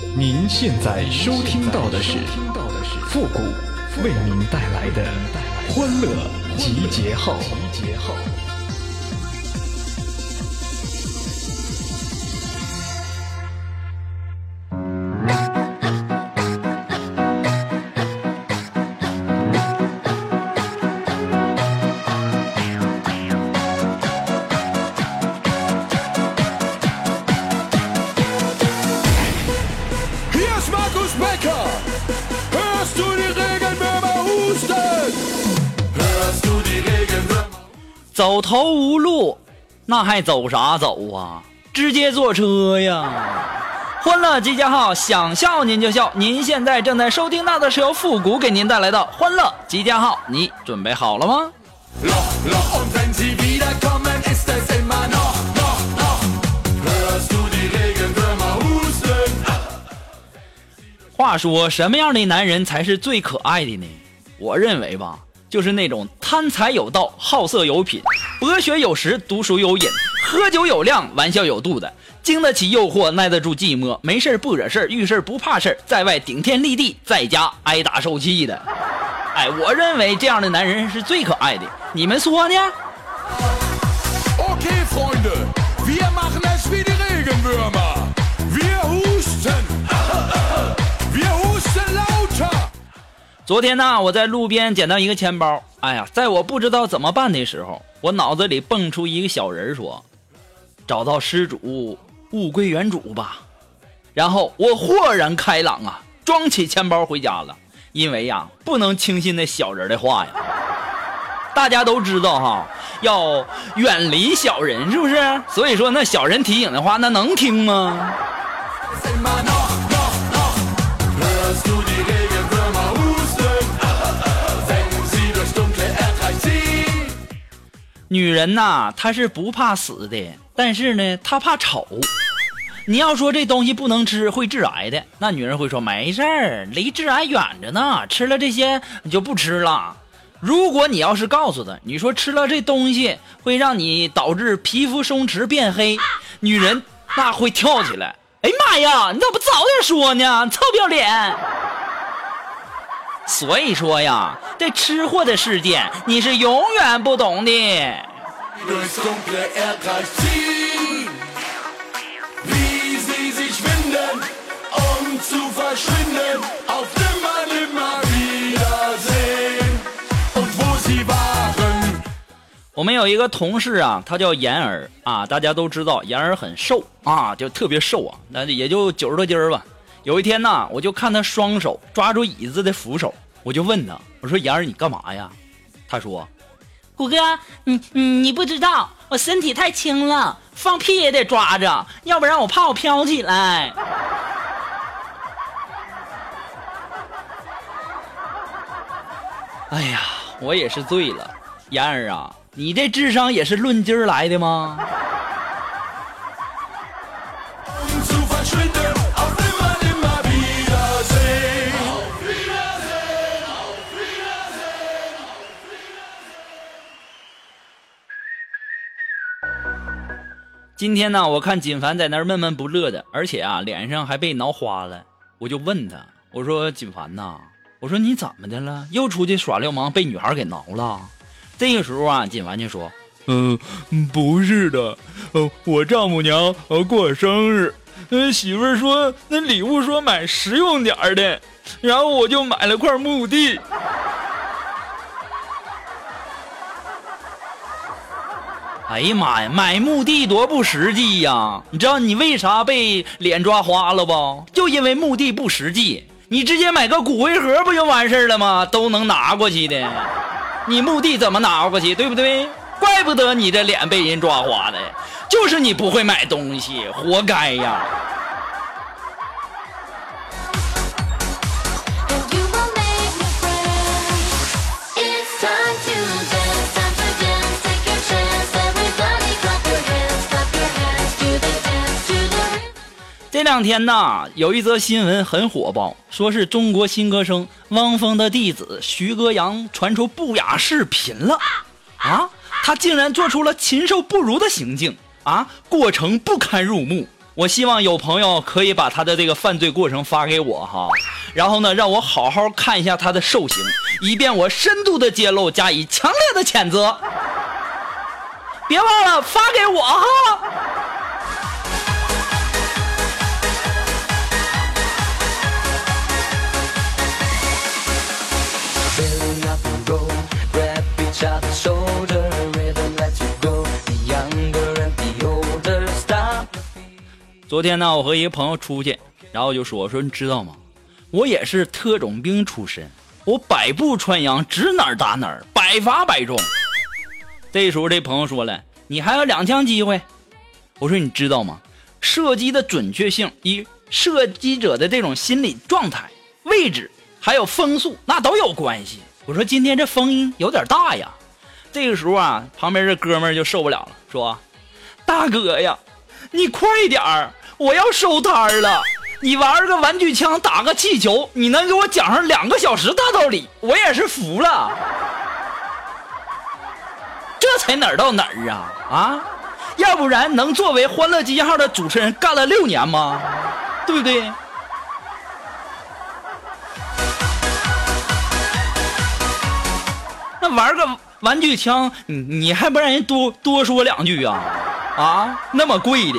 您现在收听到的是复古为您带来的欢乐集结号。 走投无路，那还走啥走啊？直接坐车呀！欢乐集结号，想笑您就笑。您现在正在收听到的是由复古给您带来的欢乐集结号，你准备好了吗？话说，什么样的男人才是最可爱的呢？我认为吧，就是那种贪财有道、好色有品、博学有识、读书有瘾、喝酒有量、玩笑有度的，经得起诱惑、耐得住寂寞，没事不惹事，遇事不怕事，在外顶天立地，在家挨打受气的。我认为这样的男人是最可爱的，你们说呢 ？Okay, Freunde, wir machen es wie die Regenwürmer. Wir husten. Wir husten lauter. 昨天呢，我在路边捡到一个钱包，在我不知道怎么办的时候，我脑子里蹦出一个小人说，找到失主物归原主吧。然后我豁然开朗啊，装起钱包回家了。因为不能轻信那小人的话呀。大家都知道哈，要远离小人，是不是？所以说那小人提醒的话，那能听吗？女人呐，她是不怕死的，但是呢，她怕丑。你要说这东西不能吃，会致癌的，那女人会说没事儿，离致癌远着呢，吃了这些你就不吃了。如果你要是告诉她，你说吃了这东西会让你导致皮肤松弛变黑，女人那会跳起来，哎妈呀，你咋不早点说呢，臭不要脸。所以说呀，这吃货的世界你是永远不懂的。我们有一个同事啊，他叫妍儿啊，大家都知道妍儿很瘦啊，就特别瘦啊，那也就90多斤吧。有一天呢，我就看他双手抓住椅子的扶手，我就问他，我说妍儿你干嘛呀？他说， 虎哥，你不知道我身体太轻了，放屁也得抓着，要不然我怕我飘起来。 哎呀，我也是醉了，妍儿啊，你这智商也是论斤来的吗？今天呢，我看锦凡在那儿闷闷不乐的，而且脸上还被挠花了。我就问他，我说锦凡呐，我说你怎么的了？又出去耍流氓被女孩给挠了？这个时候锦凡就说，不是的，我丈母娘过我生日，媳妇儿说那礼物说买实用点的，然后我就买了块墓地。哎呀妈呀，买墓地多不实际呀！你知道你为啥被脸抓花了不？就因为墓地不实际，你直接买个骨灰盒不就完事了吗？都能拿过去的，你墓地怎么拿过去，对不对？怪不得你这脸被人抓花的，就是你不会买东西，活该呀！这两天呢，有一则新闻很火爆，说是中国新歌声汪峰的弟子徐歌阳传出不雅视频了啊！他竟然做出了禽兽不如的行径啊，过程不堪入目。 我希望有朋友可以把他的这个犯罪过程发给我哈，然后呢，让我好好看一下他的受刑，以便我深度的揭露，加以强烈的谴责。别忘了发给我哈。昨天呢，我和一个朋友出去，然后就说你知道吗？我也是特种兵出身，我百步穿杨，指哪儿打哪儿，百发百中。这时候这朋友说了，你还有2枪机会。我说你知道吗？射击的准确性与射击者的这种心理状态、位置还有风速那都有关系。我说今天这风音有点大呀。这个时候啊，旁边这哥们儿就受不了了，说大哥呀，你快点儿，我要收摊了。你玩个玩具枪打个气球，你能给我讲上2个小时大道理，我也是服了。这才哪儿到哪儿啊啊！要不然能作为欢乐集结号的主持人干了6年吗？对不对？那玩个玩具枪，你还不让人多说2句啊？啊，那么贵的。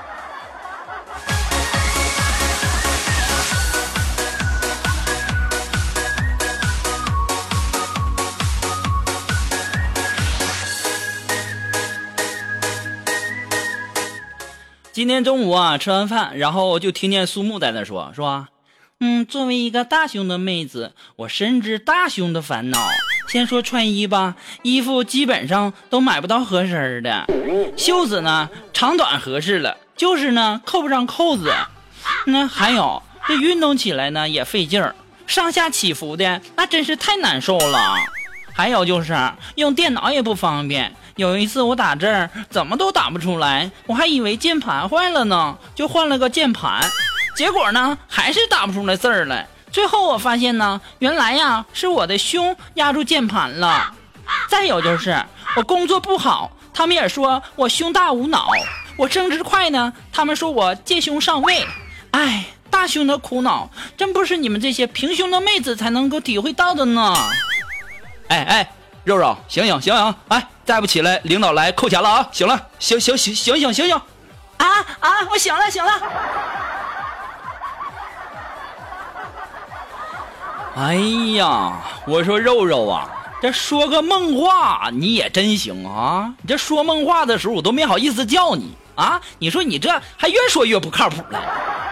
今天中午啊，吃完饭，然后就听见苏木在那说，作为一个大胸的妹子，我深知大胸的烦恼。先说穿衣吧，衣服基本上都买不到合身的，袖子呢长短合适了，就是呢扣不上扣子。那还有这运动起来呢也费劲儿，上下起伏的那真是太难受了。还有就是用电脑也不方便，有一次我打字儿怎么都打不出来，我还以为键盘坏了呢，就换了个键盘，结果呢还是打不出来字儿来。最后我发现呢，原来呀是我的胸压住键盘了。再有就是我工作不好，他们也说我胸大无脑；我升职快呢，他们说我借胸上位。哎，大胸的苦恼真不是你们这些平胸的妹子才能够体会到的呢。哎，肉肉，醒醒！哎，再不起来，领导来扣钱了啊！醒了，醒！ 啊！我醒了。 哎呀，我说肉肉啊，这说个梦话你也真行啊！你这说梦话的时候我都没好意思叫你啊！你说你这还越说越不靠谱了。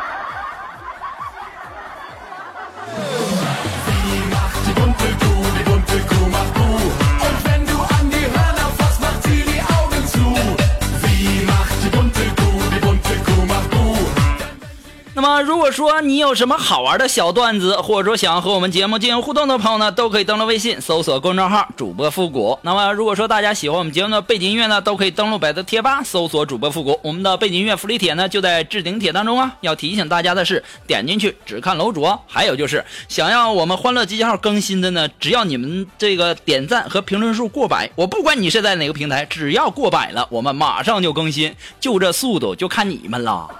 那么如果说你有什么好玩的小段子，或者说想和我们节目进行互动的朋友呢，都可以登录微信搜索公众号主播复古。那么如果说大家喜欢我们节目的背景音乐呢，都可以登录百度贴吧搜索主播复古。我们的背景音乐福利帖呢就在置顶帖当中啊。要提醒大家的是，点进去只看楼主哦。还有就是想要我们欢乐集结号更新的呢，只要你们这个点赞和评论数过百，我不管你是在哪个平台，只要过百了，我们马上就更新，就这速度就看你们了。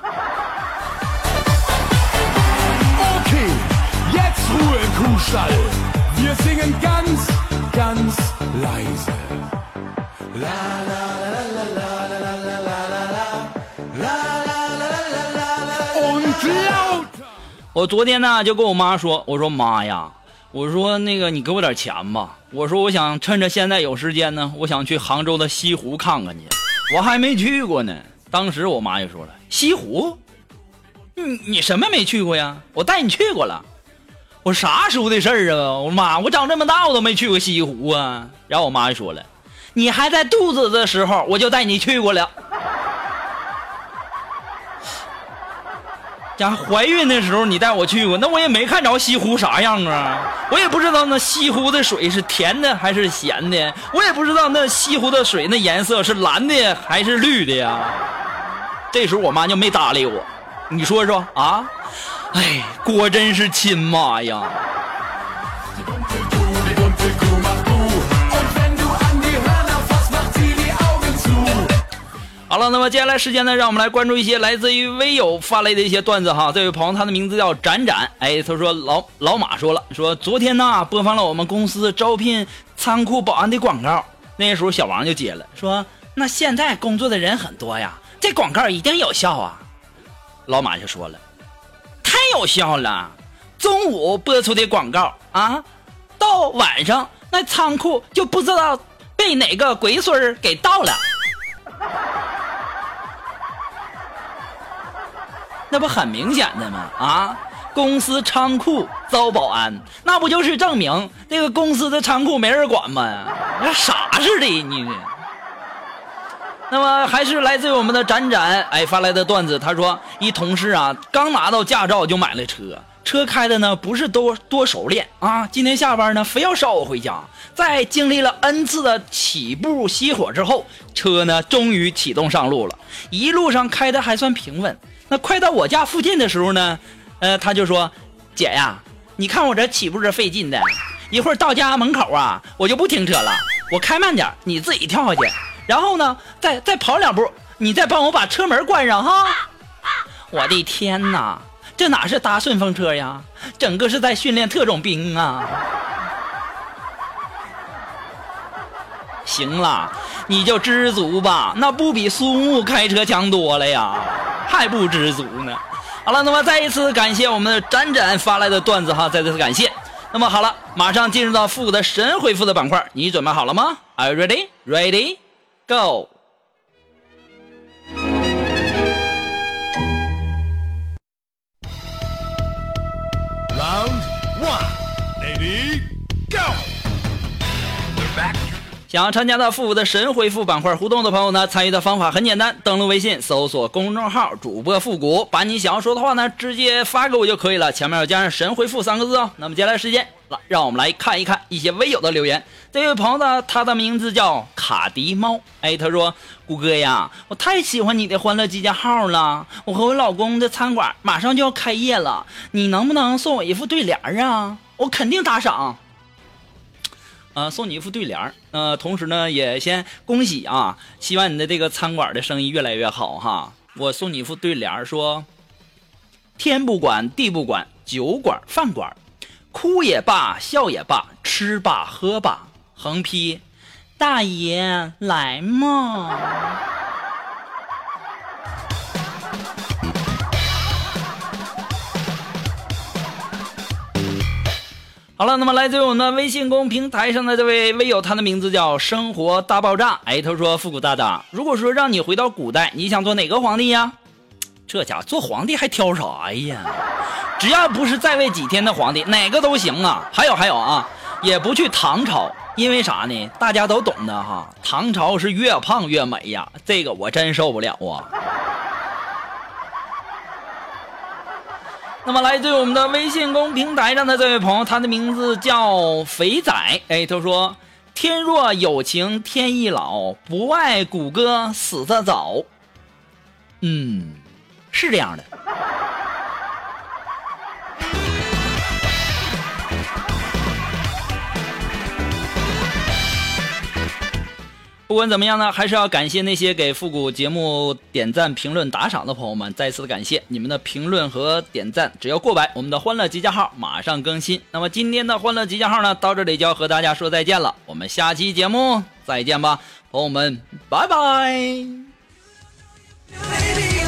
Ruhe im Kuhstall. Wir singen ganz, ganz leise. La la la la la la la la la la la. Und laut. 我昨天呢就跟我妈说，我说妈呀，我说那个你给我点钱吧，我说我想趁着现在有时间呢，我想去杭州的西湖看看去，我还没去过呢。当时我妈就说了，西湖？你什么没去过呀？我带你去过了。我啥时候的事儿啊？我妈，我长这么大我都没去过西湖啊。然后我妈就说了，你还在肚子的时候我就带你去过了。家怀孕的时候你带我去过，那我也没看着西湖啥样啊，我也不知道那西湖的水是甜的还是咸的，我也不知道那西湖的水那颜色是蓝的还是绿的呀。这时候我妈就没搭理我，你说说啊？哎，果真是亲妈呀！ 好了，那么接下来时间呢，让我们来关注一些来自于微友发来的一些段子哈。这位朋友他的名字叫展展，哎，他说老马说了，说昨天呢播放了我们公司招聘仓库保安的广告，那时候小王就接了，说那现在工作的人很多呀，这广告一定有效啊。老马就说了，太有效了，中午播出的广告啊，到晚上那仓库就不知道被哪个鬼孙给盗了。那不很明显的吗？啊，公司仓库招保安，那不就是证明这个公司的仓库没人管吗？傻似的你。那么还是来自于我们的展展发来的段子，他说一同事啊刚拿到驾照就买了车开的呢不是多熟练啊，今天下班呢非要捎我回家，在经历了 N 次的起步熄火之后，车呢终于启动上路了，一路上开的还算平稳。那快到我家附近的时候呢，他就说姐呀，你看我这起步这费劲的，一会儿到家门口啊我就不停车了，我开慢点，你自己跳下去，然后呢再跑2步，你再帮我把车门关上哈。我的天哪，这哪是搭顺风车呀，整个是在训练特种兵啊。行了，你就知足吧，那不比孙悟开车强多了呀，还不知足呢。好了，那么再一次感谢我们的展展发来的段子哈，再次感谢。那么好了，马上进入到复古的神回复的板块，你准备好了吗？ Are you ready? Ready? Go! Round 1, lady, go! We're back. 想要参加到复古的神回复板块互动的朋友呢，参与的方法很简单，登录微信搜索公众号主播复古，把你想要说的话呢直接发给我就可以了，前面要加上神回复3个字哦。那么接下来时间让我们来看一看一些微友的留言。这位朋友呢，他的名字叫卡迪猫，他说谷歌呀，我太喜欢你的欢乐集结号了，我和我老公的餐馆马上就要开业了，你能不能送我一副对联啊？我肯定打赏。送你一副对联同时呢也先恭喜啊，希望你的这个餐馆的生意越来越好哈。我送你一副对联，说天不管地不管，酒馆饭馆，哭也罢笑也罢，吃罢喝罢，横批大爷来嘛。好了，那么来自于我们的微信公平台上的这位微友，他的名字叫生活大爆炸。他说复古大大，如果说让你回到古代，你想做哪个皇帝呀？这家伙做皇帝还挑啥呀？只要不是在位几天的皇帝，哪个都行啊。还有啊，也不去唐朝，因为啥呢？大家都懂的哈，唐朝是越胖越美呀，这个我真受不了啊。那么来自于我们的微信公平台上的这位朋友，他的名字叫肥仔。他说天若有情天亦老，不爱谷歌死得早。是这样的。不管怎么样呢，还是要感谢那些给复古节目点赞评论打赏的朋友们，再次的感谢你们的评论和点赞，只要过百，我们的欢乐集结号马上更新。那么今天的欢乐集结号呢，到这里就要和大家说再见了，我们下期节目再见吧，朋友们，拜拜。